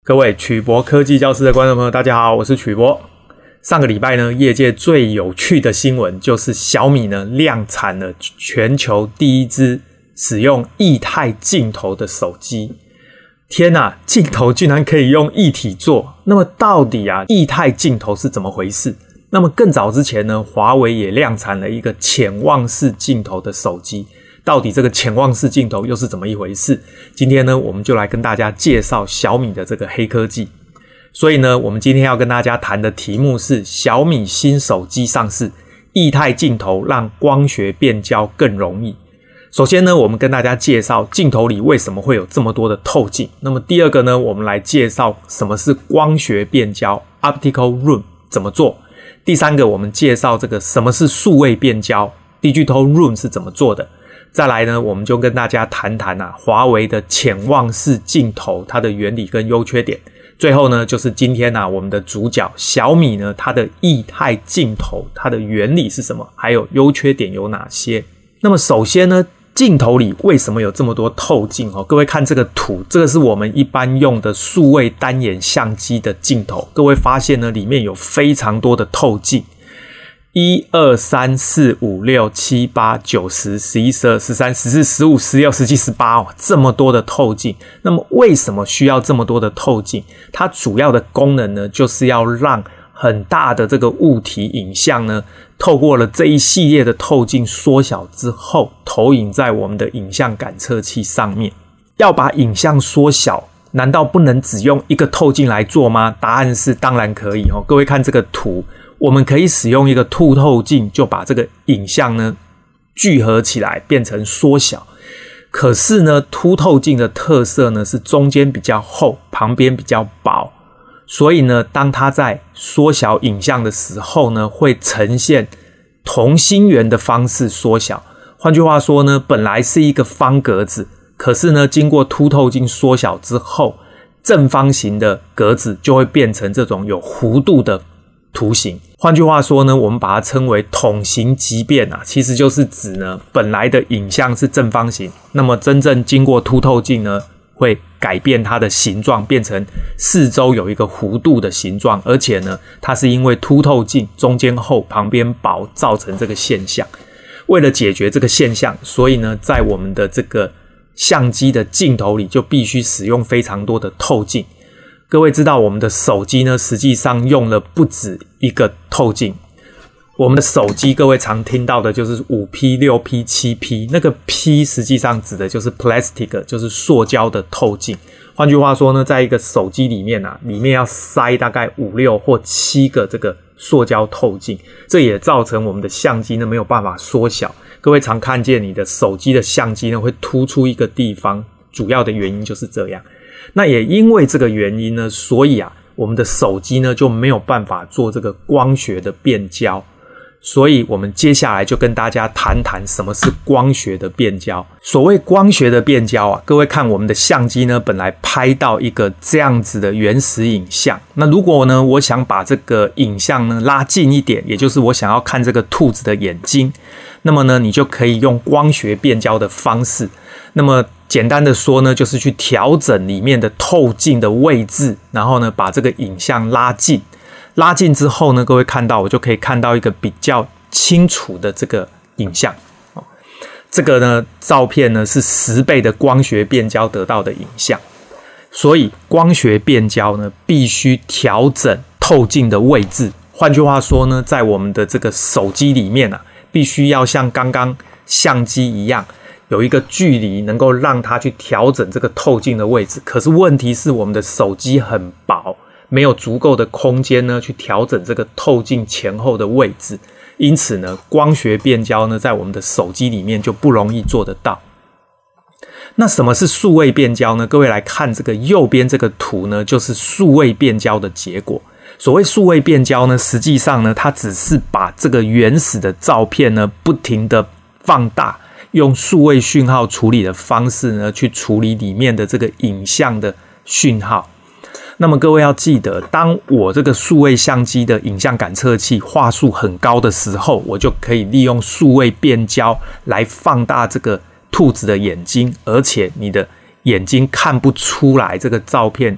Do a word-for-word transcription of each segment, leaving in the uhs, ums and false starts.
各位曲博科技教室的观众朋友，大家好，我是曲博。上个礼拜呢，业界最有趣的新闻就是小米呢量产了全球第一支使用液态镜头的手机。天哪，镜头居然可以用液体做，那么到底啊液态镜头是怎么回事？那么更早之前呢，华为也量产了一个潜望式镜头的手机。到底这个潜望式镜头又是怎么一回事？今天呢，我们就来跟大家介绍小米的这个黑科技。所以呢，我们今天要跟大家谈的题目是小米新手机上市，液态镜头让光学变焦更容易。首先呢，我们跟大家介绍镜头里为什么会有这么多的透镜。那么第二个呢，我们来介绍什么是光学变焦 Optical Zoom 怎么做。第三个，我们介绍这个什么是数位变焦 Digital Zoom 是怎么做的。再来呢，我们就跟大家谈谈啊，华为的潜望式镜头它的原理跟优缺点。最后呢，就是今天啊，我们的主角小米呢，它的液态镜头它的原理是什么，还有优缺点有哪些。那么首先呢，镜头里为什么有这么多透镜哦？各位看这个图，这个是我们一般用的数位单眼相机的镜头。各位发现呢，里面有非常多的透镜。一二三四五六七八九十十一十二十三十四十五十六十七十八哦，这么多的透镜。那么为什么需要这么多的透镜？它主要的功能呢，就是要让很大的这个物体影像呢，透过了这一系列的透镜缩小之后，投影在我们的影像感测器上面。要把影像缩小，难道不能只用一个透镜来做吗？答案是当然可以哦。各位看这个图，我们可以使用一个凸透镜，就把这个影像呢聚合起来，变成缩小。可是呢，凸透镜的特色呢是中间比较厚，旁边比较薄，所以呢，当它在缩小影像的时候呢，会呈现同心圆的方式缩小。换句话说呢，本来是一个方格子，可是呢，经过凸透镜缩小之后，正方形的格子就会变成这种有弧度的图形。换句话说呢，我们把它称为筒形畸变啊，其实就是指呢，本来的影像是正方形，那么真正经过凸透镜呢，会改变它的形状，变成四周有一个弧度的形状，而且呢，它是因为凸透镜中间厚，旁边薄，造成这个现象。为了解决这个现象，所以呢，在我们的这个相机的镜头里就必须使用非常多的透镜。各位知道我们的手机呢，实际上用了不止一个透镜。我们的手机各位常听到的就是 五 P、六 P、七 P， 那个 P 实际上指的就是 plastic， 就是塑胶的透镜。换句话说呢，在一个手机里面啊，里面要塞大概五六或七个这个塑胶透镜，这也造成我们的相机呢没有办法缩小。各位常看见你的手机的相机呢会突出一个地方，主要的原因就是这样。那也因为这个原因呢，所以啊，我们的手机呢就没有办法做这个光学的变焦。所以我们接下来就跟大家谈谈什么是光学的变焦。所谓光学的变焦啊，各位看我们的相机呢，本来拍到一个这样子的原始影像。那如果呢，我想把这个影像呢拉近一点，也就是我想要看这个兔子的眼睛，那么呢，你就可以用光学变焦的方式。那么简单的说呢，就是去调整里面的透镜的位置，然后呢，把这个影像拉近。拉近之后呢，各位看到我就可以看到一个比较清楚的这个影像。这个呢，照片呢是十倍的光学变焦得到的影像。所以光学变焦呢，必须调整透镜的位置。换句话说呢，在我们的这个手机里面啊，必须要像刚刚相机一样，有一个距离能够让它去调整这个透镜的位置。可是问题是我们的手机很薄，没有足够的空间呢去调整这个透镜前后的位置，因此呢，光学变焦呢在我们的手机里面就不容易做得到。那什么是数位变焦呢？各位来看这个右边这个图呢，就是数位变焦的结果。所谓数位变焦呢，实际上呢，它只是把这个原始的照片呢不停的放大，用数位讯号处理的方式呢去处理里面的这个影像的讯号。那么各位要记得，当我这个数位相机的影像感测器画素很高的时候，我就可以利用数位变焦来放大这个兔子的眼睛，而且你的眼睛看不出来这个照片的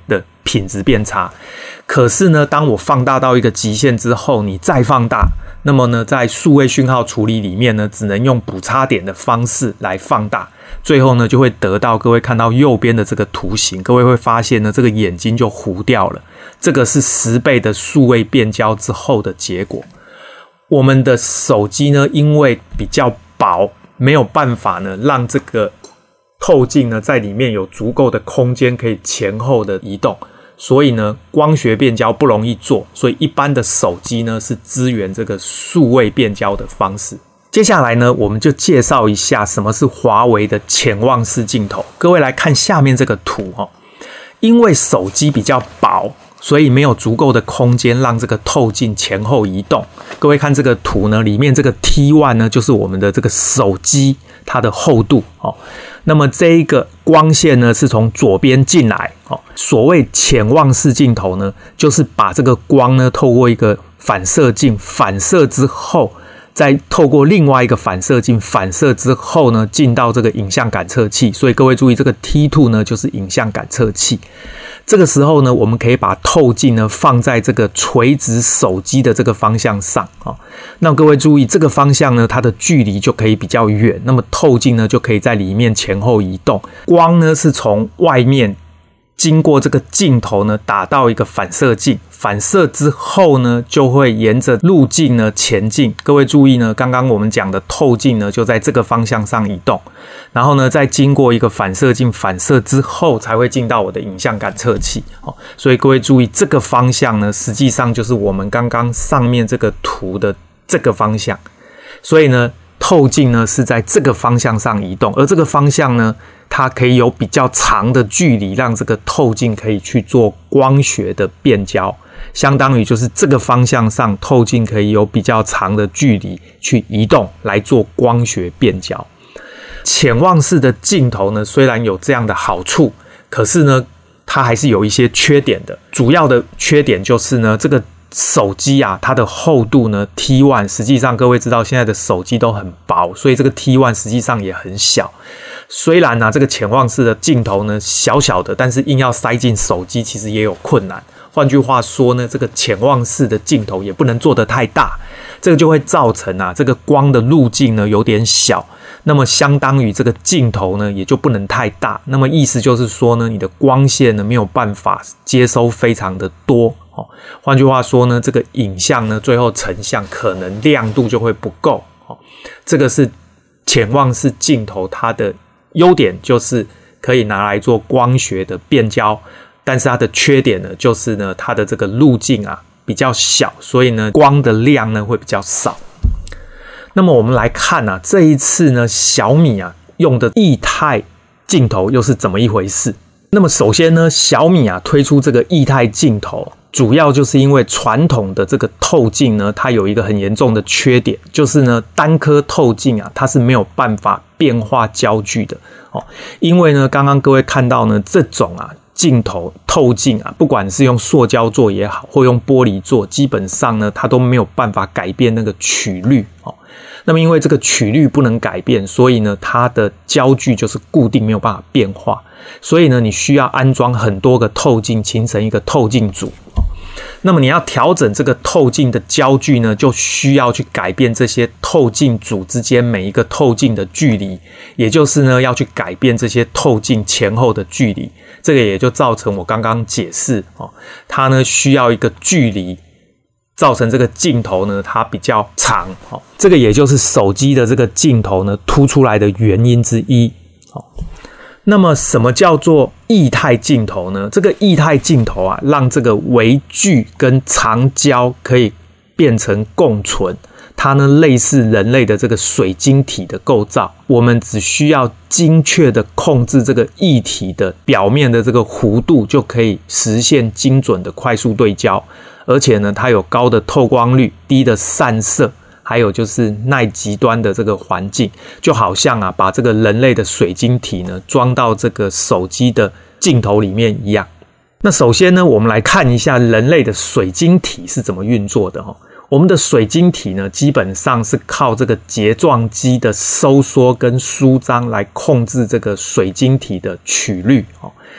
品质变差。可是呢，当我放大到一个极限之后，你再放大，那么呢，在数位讯号处理里面呢，只能用补差点的方式来放大，最后呢，就会得到各位看到右边的这个图形，各位会发现呢，这个眼睛就糊掉了。这个是十倍的数位变焦之后的结果。我们的手机呢，因为比较薄，没有办法呢，让这个透镜呢在里面有足够的空间可以前后的移动。所以呢，光学变焦不容易做，所以一般的手机呢是支援这个数位变焦的方式。接下来呢，我们就介绍一下什么是华为的潜望式镜头。各位来看下面这个图哦，因为手机比较薄，所以没有足够的空间让这个透镜前后移动。各位看这个图呢，里面这个 T 一 呢，就是我们的这个手机它的厚度哦。那么这一个光线呢是从左边进来哦。所谓潜望式镜头呢，就是把这个光呢透过一个反射镜反射之后，再透过另外一个反射镜反射之后呢，进到这个影像感测器。所以各位注意，这个 T 二 呢就是影像感测器。这个时候呢，我们可以把透镜呢放在这个垂直手机的这个方向上啊。那各位注意，这个方向呢，它的距离就可以比较远，那么透镜呢就可以在里面前后移动。光呢是从外面经过这个镜头呢打到一个反射镜，反射之后呢就会沿着路径呢前进。各位注意呢，刚刚我们讲的透镜呢就在这个方向上移动，然后呢再经过一个反射镜反射之后才会进到我的影像感测器。哦，所以各位注意，这个方向呢实际上就是我们刚刚上面这个图的这个方向。所以呢，透镜呢是在这个方向上移动，而这个方向呢，它可以有比较长的距离，让这个透镜可以去做光学的变焦，相当于就是这个方向上透镜可以有比较长的距离去移动来做光学变焦。潜望式的镜头呢，虽然有这样的好处，可是呢，它还是有一些缺点的。主要的缺点就是呢，这个手机啊，它的厚度呢 T 一， 实际上各位知道现在的手机都很薄，所以这个 T 一 实际上也很小。虽然呢、啊，这个潜望式的镜头呢小小的，但是硬要塞进手机其实也有困难。换句话说呢，这个潜望式的镜头也不能做得太大，这个就会造成啊这个光的路径呢有点小，那么相当于这个镜头呢也就不能太大。那么意思就是说呢，你的光线呢没有办法接收非常的多。哦，换句话说呢，这个影像呢最后成像可能亮度就会不够。哦，这个是潜望式镜头它的优点，就是可以拿来做光学的变焦，但是它的缺点呢，就是呢它的这个路径啊比较小，所以呢光的量呢会比较少。那么我们来看啊，这一次呢小米啊用的液态镜头又是怎么一回事？那么首先呢，小米啊推出这个液态镜头，主要就是因为传统的这个透镜呢，它有一个很严重的缺点，就是呢单颗透镜啊，它是没有办法变化焦距的哦。因为呢，刚刚各位看到呢，这种啊镜头透镜啊，不管是用塑胶做也好，或用玻璃做，基本上呢，它都没有办法改变那个曲率哦。那么因为这个曲率不能改变，所以呢，它的焦距就是固定，没有办法变化。所以呢，你需要安装很多个透镜，形成一个透镜组。那么你要调整这个透镜的焦距呢，就需要去改变这些透镜组之间每一个透镜的距离，也就是呢要去改变这些透镜前后的距离。这个也就造成我刚刚解释哦，它呢需要一个距离，造成这个镜头呢它比较长哦。这个也就是手机的这个镜头呢凸出来的原因之一哦。那么什么叫做液态镜头呢？这个液态镜头啊，让这个微距跟长焦可以变成共存，它呢类似人类的这个水晶体的构造，我们只需要精确的控制这个液体的表面的这个弧度，就可以实现精准的快速对焦，而且呢它有高的透光率、低的散射，还有就是耐极端的这个环境，就好像啊把这个人类的水晶体呢装到这个手机的镜头里面一样。那首先呢，我们来看一下人类的水晶体是怎么运作的哦。我们的水晶体呢，基本上是靠这个睫状肌的收缩跟舒张来控制这个水晶体的曲率哦。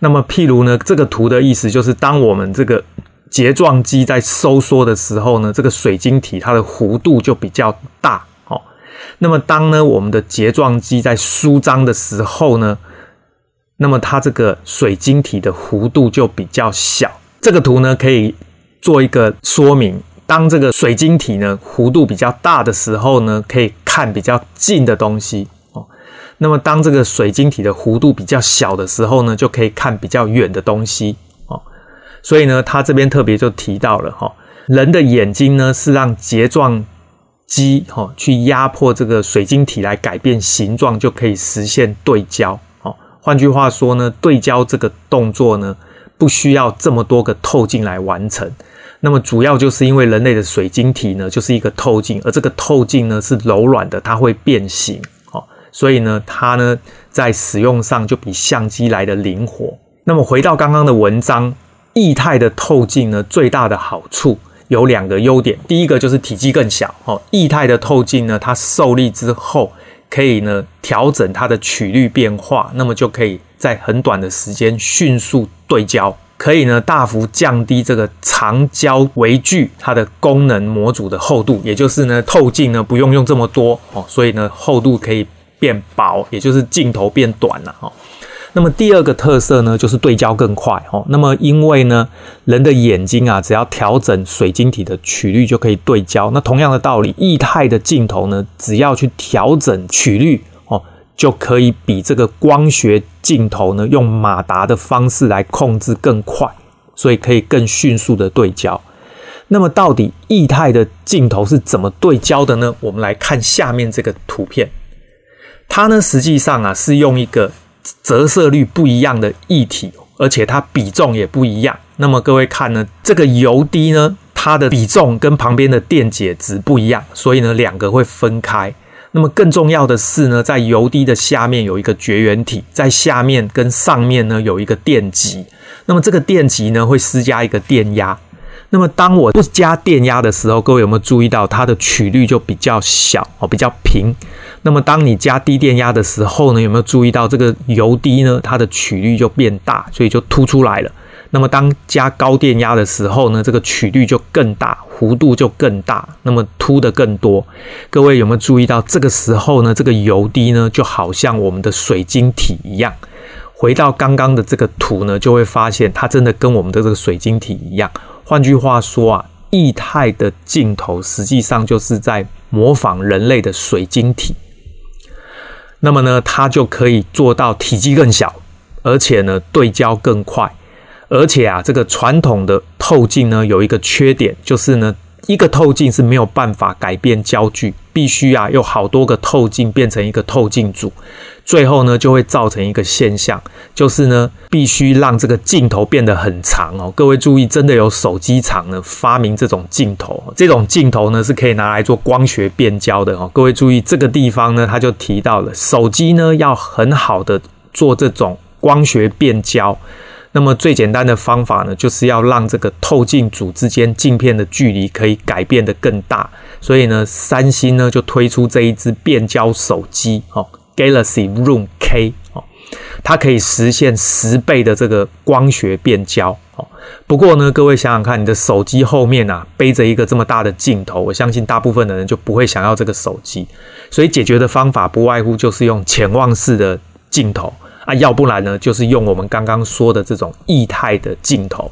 那么譬如呢，这个图的意思就是当我们这个睫状肌在收缩的时候呢，这个水晶体它的弧度就比较大哦。那么当呢我们的睫状肌在舒张的时候呢，那么它这个水晶体的弧度就比较小。这个图呢可以做一个说明，当这个水晶体呢弧度比较大的时候呢，可以看比较近的东西哦。那么当这个水晶体的弧度比较小的时候呢，就可以看比较远的东西哦。所以呢，他这边特别就提到了哈、哦，人的眼睛呢是让睫状肌哈、哦、去压迫这个水晶体来改变形状，就可以实现对焦哦。换句话说呢，对焦这个动作呢，不需要这么多个透镜来完成。那么主要就是因为人类的水晶体呢就是一个透镜，而这个透镜呢是柔软的，它会变形哦，所以呢它呢在使用上就比相机来的灵活。那么回到刚刚的文章，液态的透镜呢最大的好处有两个优点，第一个就是体积更小哦，液态的透镜呢它受力之后可以呢调整它的曲率变化，那么就可以在很短的时间迅速对焦，可以呢大幅降低这个长焦微距它的功能模组的厚度，也就是呢透镜呢不用用这么多哦，所以呢厚度可以变薄，也就是镜头变短了哦。那么第二个特色呢，就是对焦更快哦。那么因为呢，人的眼睛啊，只要调整水晶体的曲率就可以对焦。那同样的道理，液态的镜头呢，只要去调整曲率哦，就可以比这个光学镜头呢，用马达的方式来控制更快，所以可以更迅速的对焦。那么到底液态的镜头是怎么对焦的呢？我们来看下面这个图片，它呢实际上啊是用一个折射率不一样的液体，而且它比重也不一样。那么各位看呢，这个油滴呢，它的比重跟旁边的电解质不一样，所以呢两个会分开。那么更重要的是呢，在油滴的下面有一个绝缘体，在下面跟上面呢有一个电极。那么这个电极呢会施加一个电压。那么当我不加电压的时候，各位有没有注意到它的曲率就比较小哦，比较平。那么当你加低电压的时候呢，有没有注意到这个油滴呢，它的曲率就变大，所以就凸出来了。那么当加高电压的时候呢，这个曲率就更大，弧度就更大，那么凸的更多。各位有没有注意到这个时候呢，这个油滴呢就好像我们的水晶体一样。回到刚刚的这个图呢，就会发现它真的跟我们的这个水晶体一样。换句话说啊，液态的镜头实际上就是在模仿人类的水晶体。那么呢，它就可以做到体积更小，而且呢对焦更快。而且啊，这个传统的透镜呢有一个缺点，就是呢一个透镜是没有办法改变焦距，必须啊有好多个透镜变成一个透镜组，最后呢就会造成一个现象，就是呢必须让这个镜头变得很长哦。各位注意，真的有手机厂呢发明这种镜头，这种镜头呢是可以拿来做光学变焦的哦。各位注意这个地方呢，他就提到了手机呢要很好的做这种光学变焦。那么最简单的方法呢，就是要让这个透镜组之间镜片的距离可以改变得更大。所以呢，三星呢就推出这一支变焦手机哦 ，Galaxy Zoom K 哦，它可以实现十倍的这个光学变焦哦。不过呢，各位想想看，你的手机后面啊背着一个这么大的镜头，我相信大部分的人就不会想要这个手机。所以解决的方法不外乎就是用潜望式的镜头。啊，要不然呢，就是用我们刚刚说的这种液态的镜头。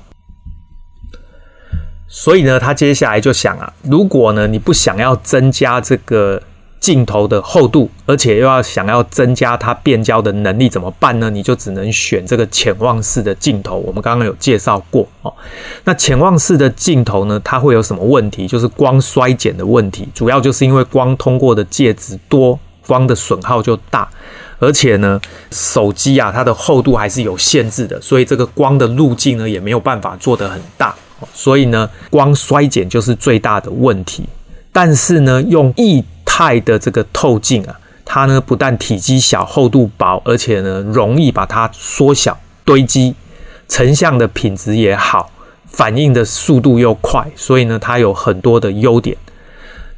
所以呢，他接下来就想啊，如果呢你不想要增加这个镜头的厚度，而且又要想要增加它变焦的能力，怎么办呢？你就只能选这个潜望式的镜头。我们刚刚有介绍过哦。那潜望式的镜头呢，它会有什么问题？就是光衰减的问题，主要就是因为光通过的介质多，光的损耗就大。而且呢，手机啊，它的厚度还是有限制的，所以这个光的路径呢，也没有办法做得很大，所以呢，光衰减就是最大的问题。但是呢，用液态的这个透镜啊，它呢不但体积小、厚度薄，而且呢容易把它缩小堆积，成像的品质也好，反应的速度又快，所以呢，它有很多的优点。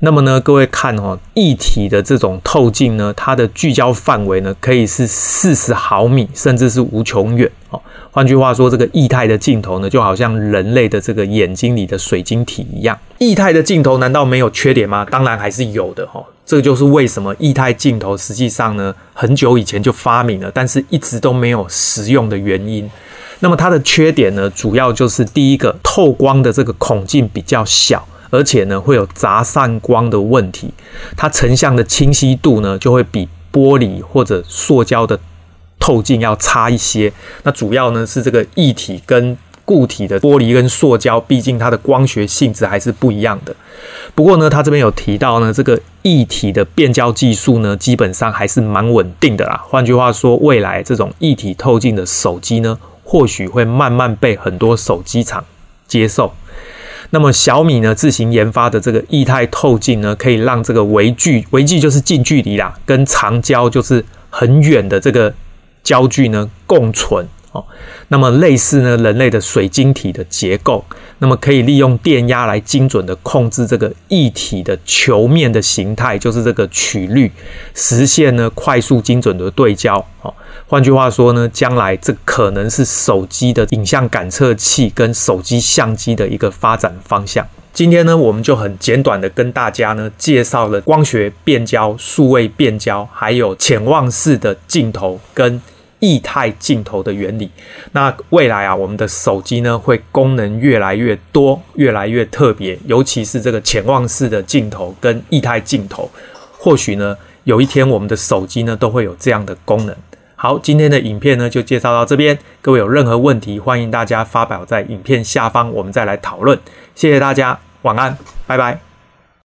那么呢，各位看哦，液体的这种透镜呢，它的聚焦范围呢，可以是四十毫米，甚至是无穷远哦。换句话说，这个液态的镜头呢，就好像人类的这个眼睛里的水晶体一样。液态的镜头难道没有缺点吗？当然还是有的哦。这就是为什么液态镜头实际上呢，很久以前就发明了，但是一直都没有实用的原因。那么它的缺点呢，主要就是第一个，透光的这个孔径比较小。而且呢，会有杂散光的问题，它成像的清晰度呢，就会比玻璃或者塑胶的透镜要差一些。那主要呢是这个液体跟固体的玻璃跟塑胶，毕竟它的光学性质还是不一样的。不过呢，他这边有提到呢，这个液体的变焦技术呢，基本上还是蛮稳定的啦。换句话说，未来这种液体透镜的手机呢，或许会慢慢被很多手机厂接受。那么小米呢自行研发的这个液态透镜呢，可以让这个微距，微距就是近距离啦，跟长焦就是很远的这个焦距呢共存哦。那么类似呢人类的水晶体的结构，那么可以利用电压来精准的控制这个液体的球面的形态，就是这个曲率，实现呢快速精准的对焦哦。换句话说呢，将来这可能是手机的影像感测器跟手机相机的一个发展方向。今天呢，我们就很简短的跟大家呢介绍了光学变焦、数位变焦，还有潜望式的镜头跟液态镜头的原理。那未来啊，我们的手机呢会功能越来越多，越来越特别，尤其是这个潜望式的镜头跟液态镜头，或许呢有一天我们的手机呢都会有这样的功能。好，今天的影片呢就介绍到这边，各位有任何问题，欢迎大家发表在影片下方，我们再来讨论。谢谢大家，晚安，拜拜。